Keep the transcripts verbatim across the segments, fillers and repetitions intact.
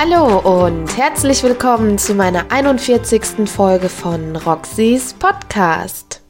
Hallo und herzlich willkommen zu meiner einundvierzigsten Folge von Roxys Podcast.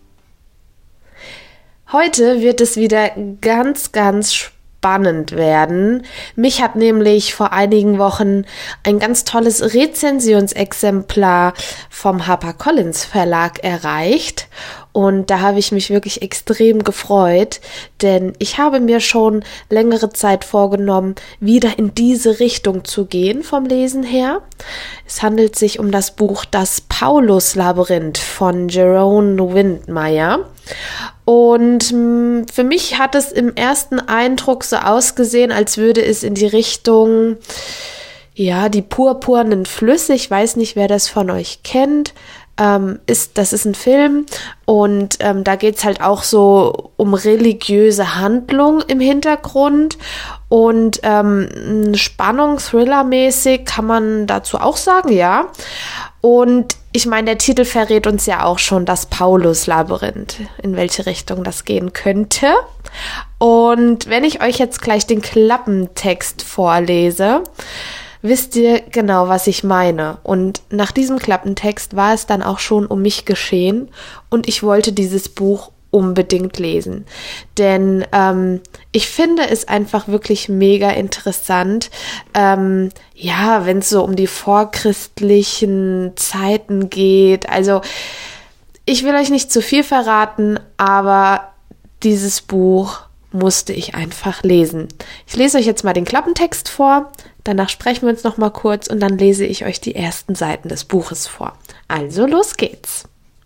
Heute wird es wieder ganz, ganz spannend werden. Mich hat nämlich vor einigen Wochen ein ganz tolles Rezensionsexemplar vom HarperCollins Verlag erreicht. Und da habe ich mich wirklich extrem gefreut, denn ich habe mir schon längere Zeit vorgenommen, wieder in diese Richtung zu gehen vom Lesen her. Es handelt sich um das Buch Das Paulus-Labyrinth von Jeroen Windmeier. Und mh, für mich hat es im ersten Eindruck so ausgesehen, als würde es in die Richtung, ja, die purpurnen Flüsse, ich weiß nicht, wer das von euch kennt, Ähm, ist, das ist ein Film und ähm, da geht's halt auch so um religiöse Handlung im Hintergrund und ähm, Spannung, Thriller-mäßig kann man dazu auch sagen, ja. Und ich meine, der Titel verrät uns ja auch schon das Paulus-Labyrinth, in welche Richtung das gehen könnte. Und wenn ich euch jetzt gleich den Klappentext vorlese, wisst ihr genau, was ich meine. Und nach diesem Klappentext war es dann auch schon um mich geschehen und ich wollte dieses Buch unbedingt lesen. Denn ähm, ich finde es einfach wirklich mega interessant, ähm, ja, wenn es so um die vorchristlichen Zeiten geht. Also ich will euch nicht zu viel verraten, aber dieses Buch musste ich einfach lesen. Ich lese euch jetzt mal den Klappentext vor, danach sprechen wir uns noch mal kurz und dann lese ich euch die ersten Seiten des Buches vor. Also los geht's.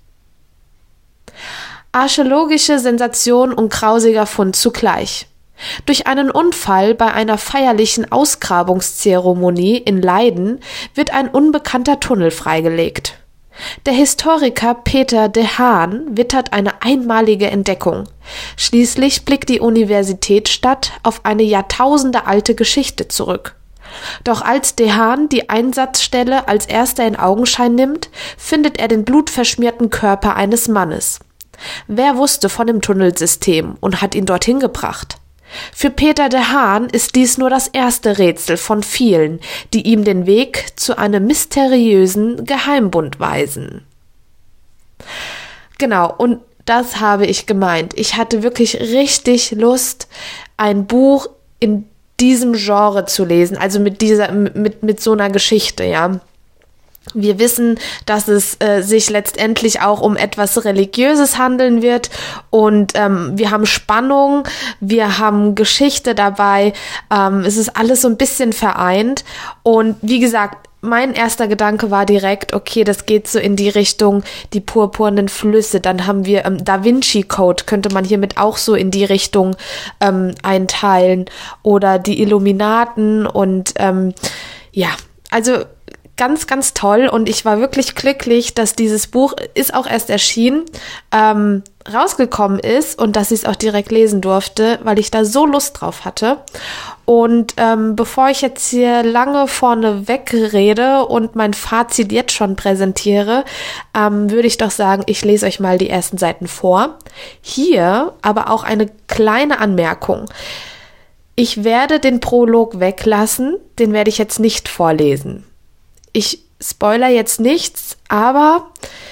Archäologische Sensation und grausiger Fund zugleich. Durch einen Unfall bei einer feierlichen Ausgrabungszeremonie in Leiden wird ein unbekannter Tunnel freigelegt. Der Historiker Peter de Haan wittert eine einmalige Entdeckung. Schließlich blickt die Universitätsstadt auf eine jahrtausendealte Geschichte zurück. Doch als de Haan die Einsatzstelle als erster in Augenschein nimmt, findet er den blutverschmierten Körper eines Mannes. Wer wusste von dem Tunnelsystem und hat ihn dorthin gebracht? Für Peter de Haan ist dies nur das erste Rätsel von vielen, die ihm den Weg zu einem mysteriösen Geheimbund weisen. Genau, und das habe ich gemeint. Ich hatte wirklich richtig Lust, ein Buch in diesem Genre zu lesen, also mit dieser, mit, mit so einer Geschichte, ja. Wir wissen, dass es äh, sich letztendlich auch um etwas Religiöses handeln wird und ähm, wir haben Spannung, wir haben Geschichte dabei, ähm, es ist alles so ein bisschen vereint und wie gesagt, mein erster Gedanke war direkt, okay, das geht so in die Richtung die purpurnen Flüsse, dann haben wir ähm, Da Vinci Code, könnte man hiermit auch so in die Richtung ähm, einteilen oder die Illuminaten und ähm, ja, also ganz, ganz toll und ich war wirklich glücklich, dass dieses Buch, ist auch erst erschienen, ähm, rausgekommen ist und dass ich es auch direkt lesen durfte, weil ich da so Lust drauf hatte. Und ähm, bevor ich jetzt hier lange vorne wegrede und mein Fazit jetzt schon präsentiere, ähm, würde ich doch sagen, ich lese euch mal die ersten Seiten vor. Hier aber auch eine kleine Anmerkung. Ich werde den Prolog weglassen, den werde ich jetzt nicht vorlesen. Ich spoiler jetzt nichts, aber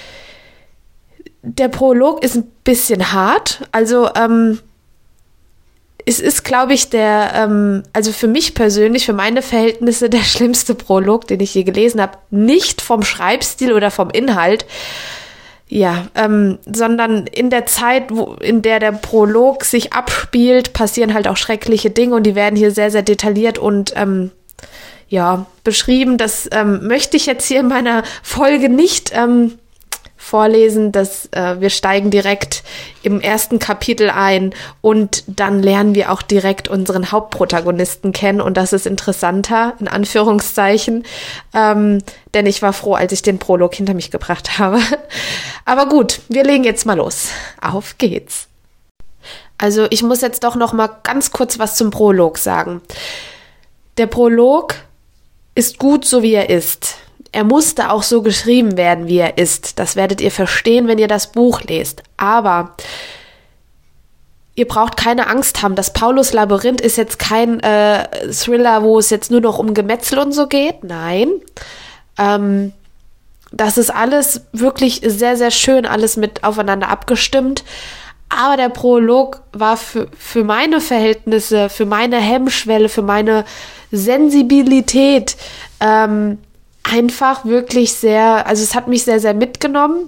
der Prolog ist ein bisschen hart. Also ähm, es ist, glaube ich, der, ähm, also für mich persönlich, für meine Verhältnisse der schlimmste Prolog, den ich je gelesen habe. Nicht vom Schreibstil oder vom Inhalt, ja, ähm, sondern in der Zeit, wo, in der der Prolog sich abspielt, passieren halt auch schreckliche Dinge und die werden hier sehr, sehr detailliert und ähm, ja, beschrieben. Das ähm, möchte ich jetzt hier in meiner Folge nicht ähm, vorlesen. Das, äh, wir steigen direkt im ersten Kapitel ein und dann lernen wir auch direkt unseren Hauptprotagonisten kennen und das ist interessanter, in Anführungszeichen, ähm, denn ich war froh, als ich den Prolog hinter mich gebracht habe. Aber gut, wir legen jetzt mal los. Auf geht's. Also ich muss jetzt doch noch mal ganz kurz was zum Prolog sagen. Der Prolog ist gut, so wie er ist. Er musste auch so geschrieben werden, wie er ist. Das werdet ihr verstehen, wenn ihr das Buch lest. Aber Ihr braucht keine Angst haben. Das Paulus-Labyrinth ist jetzt kein äh, Thriller, wo es jetzt nur noch um Gemetzel und so geht. Nein. Ähm, das ist alles wirklich sehr, sehr schön, alles mit aufeinander abgestimmt. Aber der Prolog war für, für meine Verhältnisse, für meine Hemmschwelle, für meine Sensibilität ähm, einfach wirklich sehr, also es hat mich sehr, sehr mitgenommen.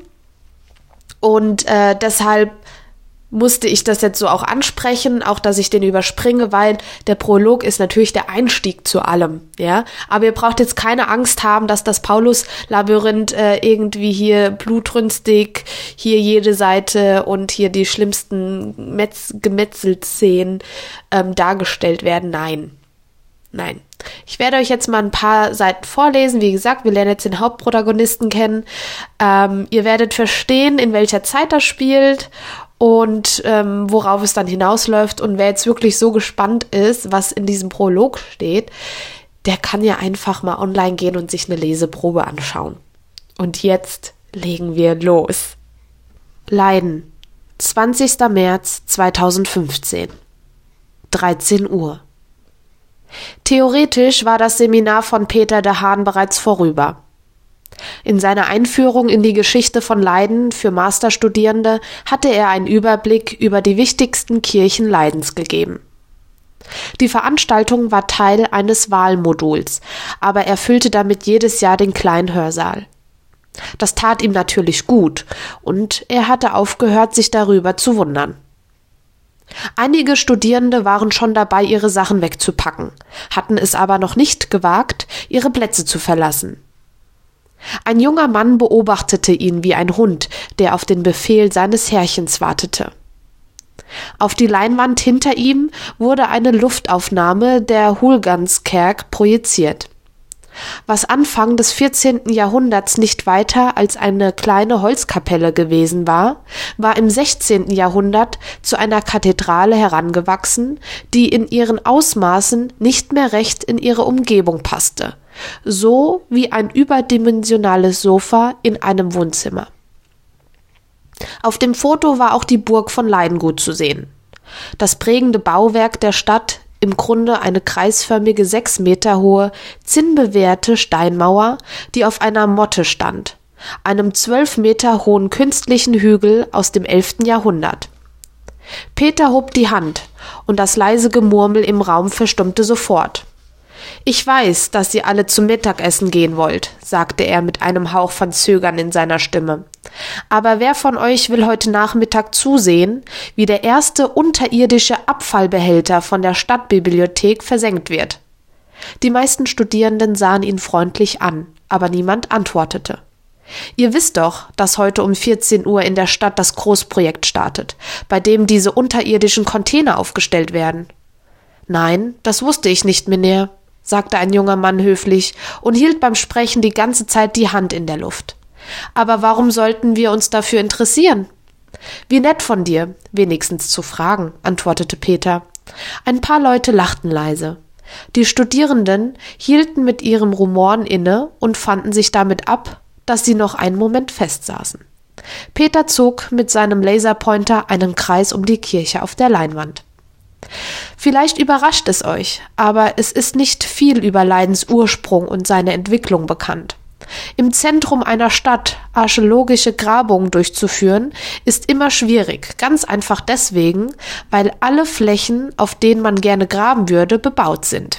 Und äh, deshalb musste ich das jetzt so auch ansprechen, auch dass ich den überspringe, weil der Prolog ist natürlich der Einstieg zu allem, ja. Aber ihr braucht jetzt keine Angst haben, dass das Paulus-Labyrinth äh, irgendwie hier blutrünstig, hier jede Seite und hier die schlimmsten Metz- Gemetzelszenen ähm, dargestellt werden. Nein. Nein. Ich werde euch jetzt mal ein paar Seiten vorlesen. Wie gesagt, wir lernen jetzt den Hauptprotagonisten kennen. Ähm, ihr werdet verstehen, in welcher Zeit das spielt und ähm, worauf es dann hinausläuft. Und wer jetzt wirklich so gespannt ist, was in diesem Prolog steht, der kann ja einfach mal online gehen und sich eine Leseprobe anschauen. Und jetzt legen wir los. Leiden, zwanzigster März zweitausendfünfzehn, dreizehn Uhr. Theoretisch war das Seminar von Peter de Haan bereits vorüber. In seiner Einführung in die Geschichte von Leiden für Masterstudierende hatte er einen Überblick über die wichtigsten Kirchen Leidens gegeben. Die Veranstaltung war Teil eines Wahlmoduls, aber er füllte damit jedes Jahr den kleinen Hörsaal. Das tat ihm natürlich gut, und er hatte aufgehört, sich darüber zu wundern. Einige Studierende waren schon dabei, ihre Sachen wegzupacken, hatten es aber noch nicht gewagt, ihre Plätze zu verlassen. Ein junger Mann beobachtete ihn wie ein Hund, der auf den Befehl seines Herrchens wartete. Auf die Leinwand hinter ihm wurde eine Luftaufnahme der Hulganskerk projiziert. Was Anfang des vierzehnten Jahrhunderts nicht weiter als eine kleine Holzkapelle gewesen war, war im sechzehnten Jahrhundert zu einer Kathedrale herangewachsen, die in ihren Ausmaßen nicht mehr recht in ihre Umgebung passte, so wie ein überdimensionales Sofa in einem Wohnzimmer. Auf dem Foto war auch die Burg von Leiden gut zu sehen. Das prägende Bauwerk der Stadt, im Grunde eine kreisförmige, sechs Meter hohe, zinnbewehrte Steinmauer, die auf einer Motte stand, einem zwölf Meter hohen künstlichen Hügel aus dem elften Jahrhundert. Peter hob die Hand, und das leise Gemurmel im Raum verstummte sofort. »Ich weiß, dass ihr alle zum Mittagessen gehen wollt«, sagte er mit einem Hauch von Zögern in seiner Stimme. »Aber wer von euch will heute Nachmittag zusehen, wie der erste unterirdische Abfallbehälter von der Stadtbibliothek versenkt wird?« Die meisten Studierenden sahen ihn freundlich an, aber niemand antwortete. »Ihr wisst doch, dass heute um vierzehn Uhr in der Stadt das Großprojekt startet, bei dem diese unterirdischen Container aufgestellt werden.« »Nein, das wusste ich nicht, Mynheer«, sagte ein junger Mann höflich und hielt beim Sprechen die ganze Zeit die Hand in der Luft. »Aber warum sollten wir uns dafür interessieren?« »Wie nett von dir, wenigstens zu fragen«, antwortete Peter. Ein paar Leute lachten leise. Die Studierenden hielten mit ihrem Rumoren inne und fanden sich damit ab, dass sie noch einen Moment festsaßen. Peter zog mit seinem Laserpointer einen Kreis um die Kirche auf der Leinwand. Vielleicht überrascht es euch, aber es ist nicht viel über Leidens Ursprung und seine Entwicklung bekannt. Im Zentrum einer Stadt archäologische Grabungen durchzuführen, ist immer schwierig, ganz einfach deswegen, weil alle Flächen, auf denen man gerne graben würde, bebaut sind.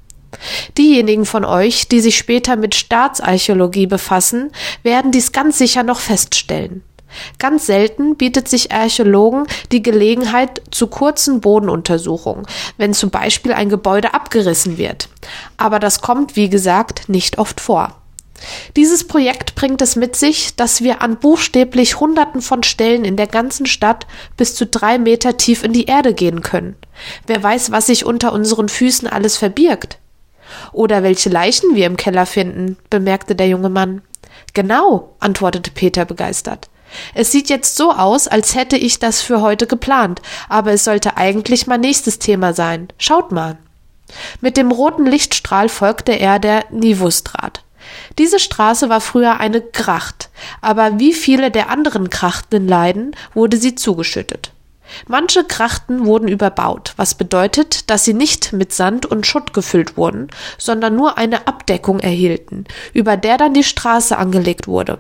Diejenigen von euch, die sich später mit Staatsarchäologie befassen, werden dies ganz sicher noch feststellen. Ganz selten bietet sich Archäologen die Gelegenheit zu kurzen Bodenuntersuchungen, wenn zum Beispiel ein Gebäude abgerissen wird. Aber das kommt, wie gesagt, nicht oft vor. Dieses Projekt bringt es mit sich, dass wir an buchstäblich Hunderten von Stellen in der ganzen Stadt bis zu drei Meter tief in die Erde gehen können. Wer weiß, was sich unter unseren Füßen alles verbirgt. Oder welche Leichen wir im Keller finden, bemerkte der junge Mann. Genau, antwortete Peter begeistert. Es sieht jetzt so aus, als hätte ich das für heute geplant, aber es sollte eigentlich mein nächstes Thema sein. Schaut mal. Mit dem roten Lichtstrahl folgte er der Nivusstraat. Diese Straße war früher eine Gracht, aber wie viele der anderen Grachten in Leiden wurde sie zugeschüttet. Manche Krachten wurden überbaut, was bedeutet, dass sie nicht mit Sand und Schutt gefüllt wurden, sondern nur eine Abdeckung erhielten, über der dann die Straße angelegt wurde.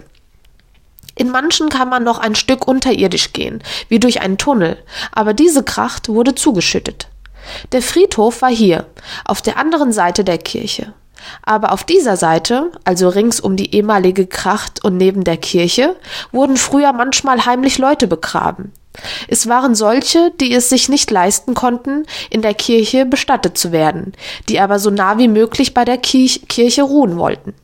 In manchen kann man noch ein Stück unterirdisch gehen, wie durch einen Tunnel, aber diese Kracht wurde zugeschüttet. Der Friedhof war hier, auf der anderen Seite der Kirche. Aber auf dieser Seite, also rings um die ehemalige Kracht und neben der Kirche, wurden früher manchmal heimlich Leute begraben. Es waren solche, die es sich nicht leisten konnten, in der Kirche bestattet zu werden, die aber so nah wie möglich bei der Kirch- Kirche ruhen wollten.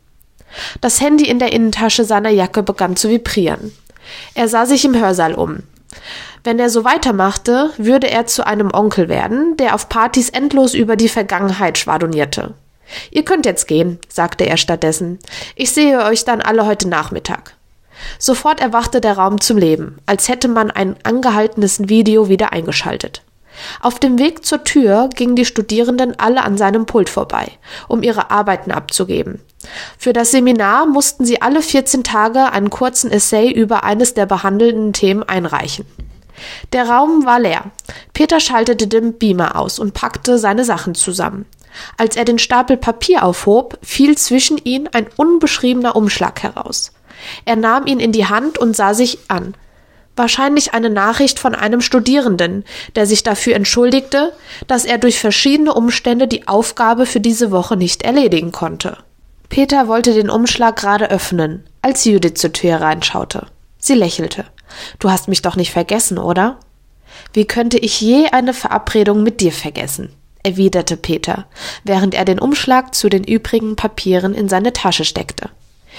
Das Handy in der Innentasche seiner Jacke begann zu vibrieren. Er sah sich im Hörsaal um. Wenn er so weitermachte, würde er zu einem Onkel werden, der auf Partys endlos über die Vergangenheit schwadronierte. »Ihr könnt jetzt gehen«, sagte er stattdessen. »Ich sehe euch dann alle heute Nachmittag.« Sofort erwachte der Raum zum Leben, als hätte man ein angehaltenes Video wieder eingeschaltet. Auf dem Weg zur Tür gingen die Studierenden alle an seinem Pult vorbei, um ihre Arbeiten abzugeben. Für das Seminar mussten sie alle vierzehn Tage einen kurzen Essay über eines der behandelten Themen einreichen. Der Raum war leer. Peter schaltete den Beamer aus und packte seine Sachen zusammen. Als er den Stapel Papier aufhob, fiel zwischen ihnen ein unbeschriebener Umschlag heraus. Er nahm ihn in die Hand und sah sich an. Wahrscheinlich eine Nachricht von einem Studierenden, der sich dafür entschuldigte, dass er durch verschiedene Umstände die Aufgabe für diese Woche nicht erledigen konnte. Peter wollte den Umschlag gerade öffnen, als Judith zur Tür reinschaute. Sie lächelte. »Du hast mich doch nicht vergessen, oder?« »Wie könnte ich je eine Verabredung mit dir vergessen?« erwiderte Peter, während er den Umschlag zu den übrigen Papieren in seine Tasche steckte.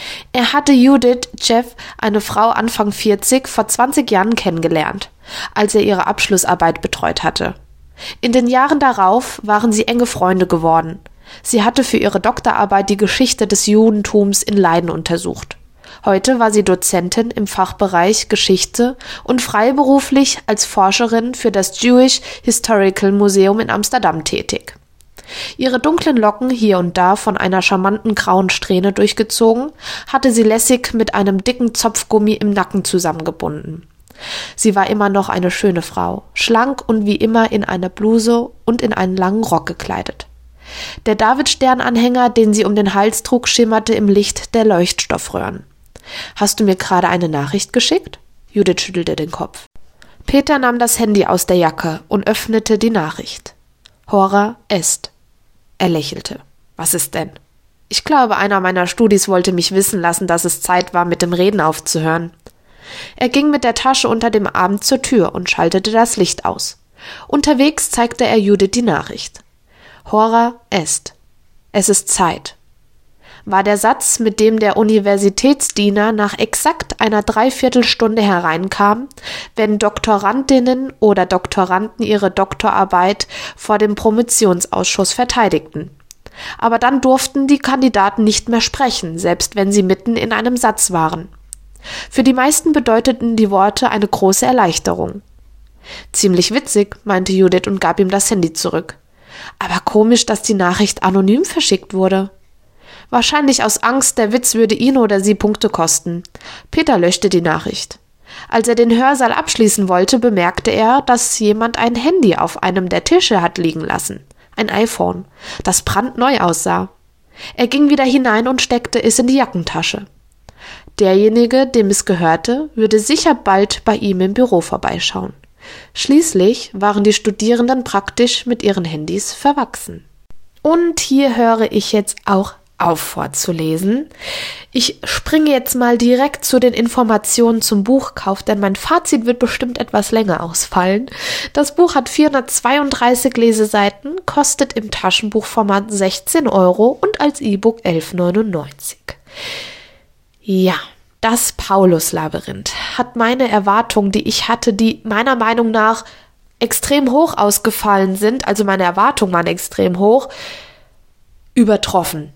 Er hatte Judith Jeff, eine Frau Anfang vierzig, vor zwanzig Jahren kennengelernt, als er ihre Abschlussarbeit betreut hatte. In den Jahren darauf waren sie enge Freunde geworden. Sie hatte für ihre Doktorarbeit die Geschichte des Judentums in Leiden untersucht. Heute war sie Dozentin im Fachbereich Geschichte und freiberuflich als Forscherin für das Jewish Historical Museum in Amsterdam tätig. Ihre dunklen Locken, hier und da von einer charmanten grauen Strähne durchgezogen, hatte sie lässig mit einem dicken Zopfgummi im Nacken zusammengebunden. Sie war immer noch eine schöne Frau, schlank und wie immer in einer Bluse und in einen langen Rock gekleidet. Der Davidstern-Anhänger, den sie um den Hals trug, schimmerte im Licht der Leuchtstoffröhren. »Hast du mir gerade eine Nachricht geschickt?« Judith schüttelte den Kopf. Peter nahm das Handy aus der Jacke und öffnete die Nachricht. »Hora est.« Er lächelte. »Was ist denn?« »Ich glaube, einer meiner Studis wollte mich wissen lassen, dass es Zeit war, mit dem Reden aufzuhören.« Er ging mit der Tasche unter dem Arm zur Tür und schaltete das Licht aus. Unterwegs zeigte er Judith die Nachricht. »Hora est. Es ist Zeit«, war der Satz, mit dem der Universitätsdiener nach exakt einer Dreiviertelstunde hereinkam, wenn Doktorandinnen oder Doktoranden ihre Doktorarbeit vor dem Promotionsausschuss verteidigten. Aber dann durften die Kandidaten nicht mehr sprechen, selbst wenn sie mitten in einem Satz waren. Für die meisten bedeuteten die Worte eine große Erleichterung. »Ziemlich witzig«, meinte Judith und gab ihm das Handy zurück. »Aber komisch, dass die Nachricht anonym verschickt wurde.« Wahrscheinlich aus Angst, der Witz würde ihn oder sie Punkte kosten. Peter löschte die Nachricht. Als er den Hörsaal abschließen wollte, bemerkte er, dass jemand ein Handy auf einem der Tische hat liegen lassen. Ein iPhone, das brandneu aussah. Er ging wieder hinein und steckte es in die Jackentasche. Derjenige, dem es gehörte, würde sicher bald bei ihm im Büro vorbeischauen. Schließlich waren die Studierenden praktisch mit ihren Handys verwachsen. Und hier höre ich jetzt auch auf vorzulesen. Ich springe jetzt mal direkt zu den Informationen zum Buchkauf, denn mein Fazit wird bestimmt etwas länger ausfallen. Das Buch hat vierhundertzweiunddreißig Leseseiten, kostet im Taschenbuchformat sechzehn Euro und als E-Book elf neunundneunzig. Ja, das Paulus-Labyrinth hat meine Erwartungen, die ich hatte, die meiner Meinung nach extrem hoch ausgefallen sind, also meine Erwartungen waren extrem hoch, übertroffen.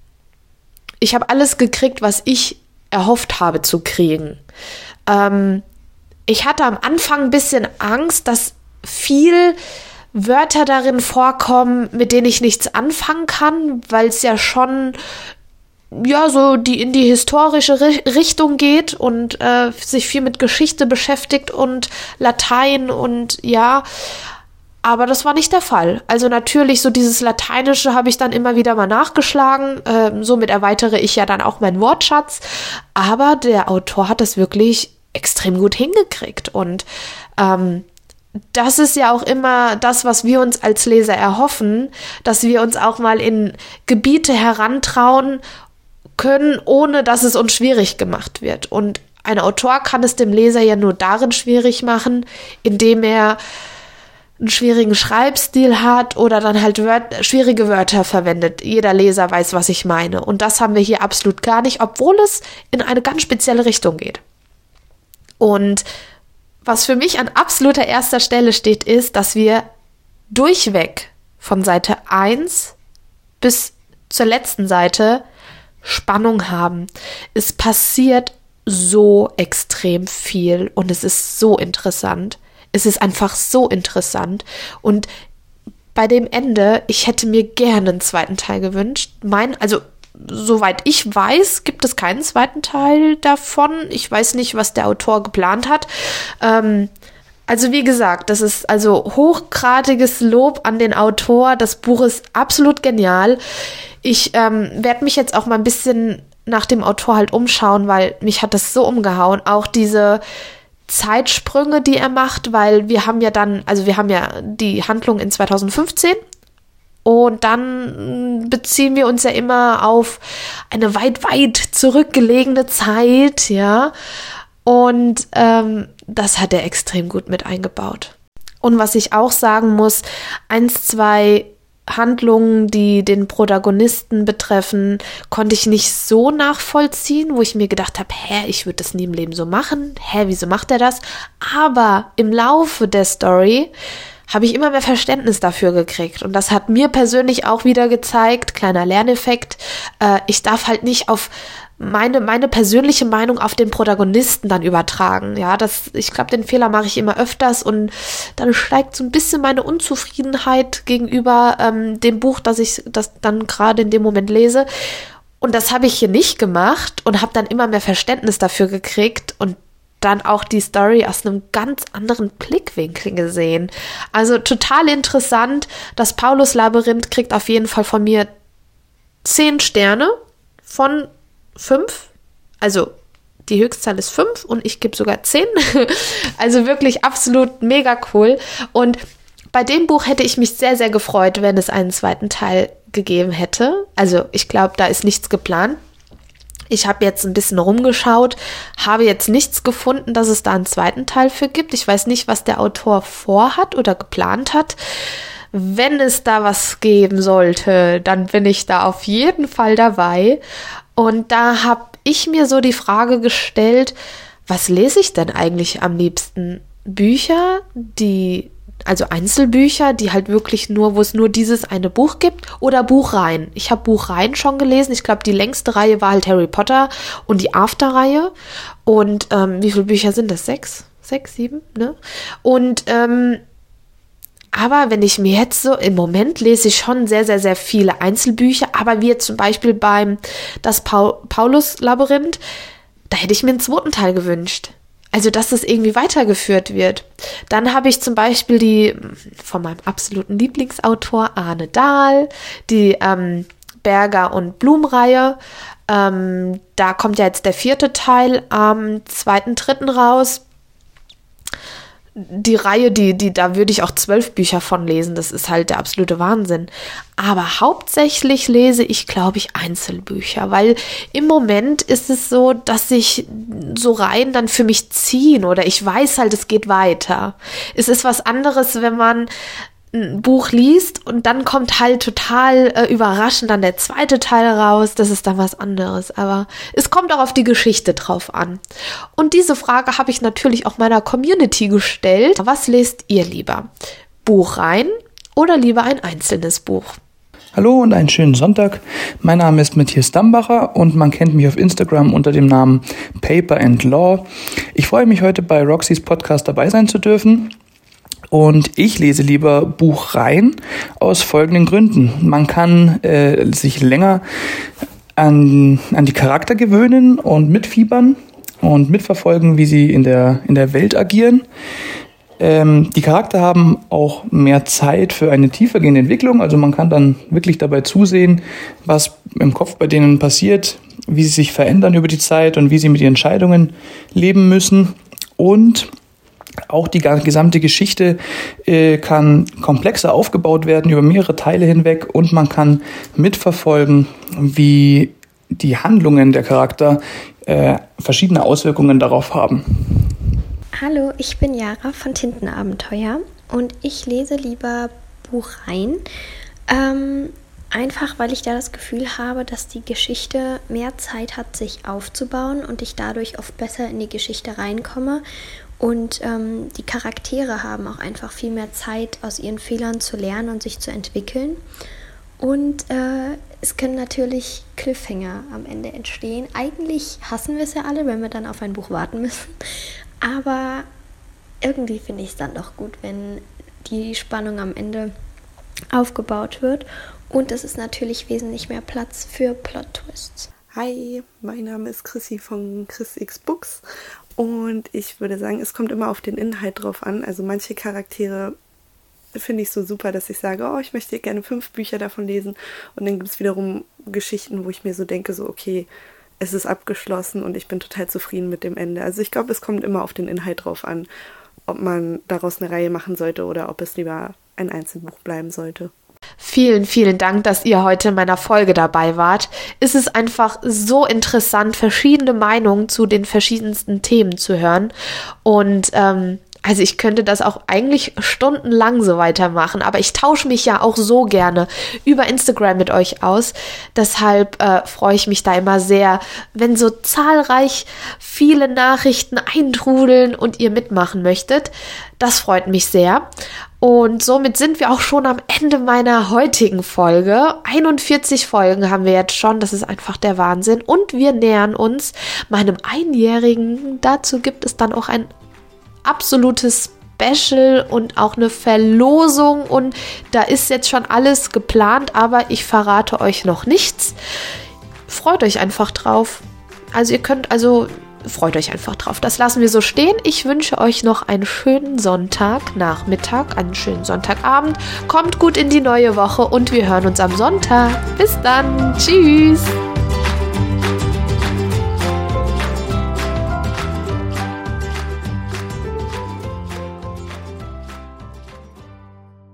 Ich habe alles gekriegt, was ich erhofft habe zu kriegen. Ähm, ich hatte am Anfang ein bisschen Angst, dass viel Wörter darin vorkommen, mit denen ich nichts anfangen kann, weil es ja schon ja, so die in die historische Richtung geht und äh, sich viel mit Geschichte beschäftigt und Latein und ja, aber das war nicht der Fall. Also natürlich, so dieses Lateinische habe ich dann immer wieder mal nachgeschlagen, ähm, somit erweitere ich ja dann auch meinen Wortschatz, aber der Autor hat das wirklich extrem gut hingekriegt und ähm, das ist ja auch immer das, was wir uns als Leser erhoffen, dass wir uns auch mal in Gebiete herantrauen können, ohne dass es uns schwierig gemacht wird. Und ein Autor kann es dem Leser ja nur darin schwierig machen, indem er einen schwierigen Schreibstil hat oder dann halt Wört- schwierige Wörter verwendet. Jeder Leser weiß, was ich meine. Und das haben wir hier absolut gar nicht, obwohl es in eine ganz spezielle Richtung geht. Und was für mich an absoluter erster Stelle steht, ist, dass wir durchweg von Seite eins bis zur letzten Seite Spannung haben. Es passiert so extrem viel und es ist so interessant. Es ist einfach so interessant. Und bei dem Ende, ich hätte mir gerne einen zweiten Teil gewünscht. Mein, also soweit ich weiß, gibt es keinen zweiten Teil davon. Ich weiß nicht, was der Autor geplant hat. Ähm, also wie gesagt, das ist also hochgradiges Lob an den Autor. Das Buch ist absolut genial. Ich ähm, werde mich jetzt auch mal ein bisschen nach dem Autor halt umschauen, weil mich hat das so umgehauen. Auch diese Zeitsprünge, die er macht, weil wir haben ja dann, also wir haben ja die Handlung in zweitausendfünfzehn. Und dann beziehen wir uns ja immer auf eine weit, weit zurückgelegene Zeit, ja. Und ähm, das hat er extrem gut mit eingebaut. Und was ich auch sagen muss, eins, zwei Handlungen, die den Protagonisten betreffen, konnte ich nicht so nachvollziehen, wo ich mir gedacht habe, hä, ich würde das nie im Leben so machen. Hä, wieso macht er das? Aber im Laufe der Story habe ich immer mehr Verständnis dafür gekriegt. Und das hat mir persönlich auch wieder gezeigt, kleiner Lerneffekt, äh, ich darf halt nicht auf meine, meine persönliche Meinung auf den Protagonisten dann übertragen. Ja, das, ich glaube, den Fehler mache ich immer öfters und dann steigt so ein bisschen meine Unzufriedenheit gegenüber ähm, dem Buch, das ich das dann gerade in dem Moment lese. Und das habe ich hier nicht gemacht und habe dann immer mehr Verständnis dafür gekriegt und dann auch die Story aus einem ganz anderen Blickwinkel gesehen. Also total interessant. Das Paulus-Labyrinth kriegt auf jeden Fall von mir zehn Sterne von fünf. Also die Höchstzahl ist fünf und ich gebe sogar zehn. Also wirklich absolut mega cool. Und bei dem Buch hätte ich mich sehr, sehr gefreut, wenn es einen zweiten Teil gegeben hätte. Also ich glaube, da ist nichts geplant. Ich habe jetzt ein bisschen rumgeschaut, habe jetzt nichts gefunden, dass es da einen zweiten Teil für gibt. Ich weiß nicht, was der Autor vorhat oder geplant hat. Wenn es da was geben sollte, dann bin ich da auf jeden Fall dabei. Und da habe ich mir so die Frage gestellt, was lese ich denn eigentlich am liebsten? Bücher, die also Einzelbücher, die halt wirklich nur, wo es nur dieses eine Buch gibt, oder Buchreihen. Ich habe Buchreihen schon gelesen. Ich glaube, die längste Reihe war halt Harry Potter und die After-Reihe. Und ähm, wie viele Bücher sind das? Sechs? Sechs, sieben? Ne? Und ähm, aber wenn ich mir jetzt so, im Moment lese ich schon sehr, sehr, sehr viele Einzelbücher, aber wie jetzt zum Beispiel beim das Paul- Paulus-Labyrinth, da hätte ich mir einen zweiten Teil gewünscht. Also, dass das irgendwie weitergeführt wird. Dann habe ich zum Beispiel die von meinem absoluten Lieblingsautor Arne Dahl, die ähm, Berger- und Blum-Reihe. Ähm, da kommt ja jetzt der vierte Teil am zweiten dritten raus. Die Reihe, die, die, da würde ich auch zwölf Bücher von lesen. Das ist halt der absolute Wahnsinn. Aber hauptsächlich lese ich, glaube ich, Einzelbücher, weil im Moment ist es so, dass sich so Reihen dann für mich ziehen oder ich weiß halt, es geht weiter. Es ist was anderes, wenn man ein Buch liest und dann kommt halt total äh, überraschend dann der zweite Teil raus, das ist dann was anderes, aber es kommt auch auf die Geschichte drauf an. Und diese Frage habe ich natürlich auch meiner Community gestellt. Was lest ihr lieber? Buchreihen oder lieber ein einzelnes Buch? Hallo und einen schönen Sonntag. Mein Name ist Matthias Dambacher und man kennt mich auf Instagram unter dem Namen Paper and Law. Ich freue mich heute bei Roxys Podcast dabei sein zu dürfen. Und ich lese lieber Buchreihen aus folgenden Gründen. Man kann äh, sich länger an, an die Charakter gewöhnen und mitfiebern und mitverfolgen, wie sie in der, in der Welt agieren. Ähm, die Charakter haben auch mehr Zeit für eine tiefergehende Entwicklung. Also man kann dann wirklich dabei zusehen, was im Kopf bei denen passiert, wie sie sich verändern über die Zeit und wie sie mit ihren Entscheidungen leben müssen. Und auch die gesamte Geschichte äh, kann komplexer aufgebaut werden über mehrere Teile hinweg und man kann mitverfolgen, wie die Handlungen der Charakter äh, verschiedene Auswirkungen darauf haben. Hallo, ich bin Jara von Tintenabenteuer und ich lese lieber Buchreihen, ähm, einfach weil ich da das Gefühl habe, dass die Geschichte mehr Zeit hat, sich aufzubauen und ich dadurch oft besser in die Geschichte reinkomme. Und ähm, die Charaktere haben auch einfach viel mehr Zeit, aus ihren Fehlern zu lernen und sich zu entwickeln. Und äh, es können natürlich Cliffhanger am Ende entstehen. Eigentlich hassen wir es ja alle, wenn wir dann auf ein Buch warten müssen. Aber irgendwie finde ich es dann doch gut, wenn die Spannung am Ende aufgebaut wird. Und es ist natürlich wesentlich mehr Platz für Plot-Twists. Hi, mein Name ist Chrissy von Chris X Books. Und ich würde sagen, es kommt immer auf den Inhalt drauf an. Also manche Charaktere finde ich so super, dass ich sage, oh, ich möchte gerne fünf Bücher davon lesen. Und dann gibt es wiederum Geschichten, wo ich mir so denke, so okay, es ist abgeschlossen und ich bin total zufrieden mit dem Ende. Also ich glaube, es kommt immer auf den Inhalt drauf an, ob man daraus eine Reihe machen sollte oder ob es lieber ein Einzelbuch bleiben sollte. Vielen, vielen Dank, dass ihr heute in meiner Folge dabei wart. Es ist einfach so interessant, verschiedene Meinungen zu den verschiedensten Themen zu hören. Und ähm, also ich könnte das auch eigentlich stundenlang so weitermachen, aber ich tausche mich ja auch so gerne über Instagram mit euch aus. Deshalb äh, freue ich mich da immer sehr, wenn so zahlreich viele Nachrichten eintrudeln und ihr mitmachen möchtet. Das freut mich sehr. Und somit sind wir auch schon am Ende meiner heutigen Folge. einundvierzig Folgen haben wir jetzt schon, das ist einfach der Wahnsinn. Und wir nähern uns meinem Einjährigen. Dazu gibt es dann auch ein absolutes Special und auch eine Verlosung. Und da ist jetzt schon alles geplant, aber ich verrate euch noch nichts. Freut euch einfach drauf. Also ihr könnt also... Freut euch einfach drauf. Das lassen wir so stehen. Ich wünsche euch noch einen schönen Sonntagnachmittag, einen schönen Sonntagabend. Kommt gut in die neue Woche und wir hören uns am Sonntag. Bis dann. Tschüss.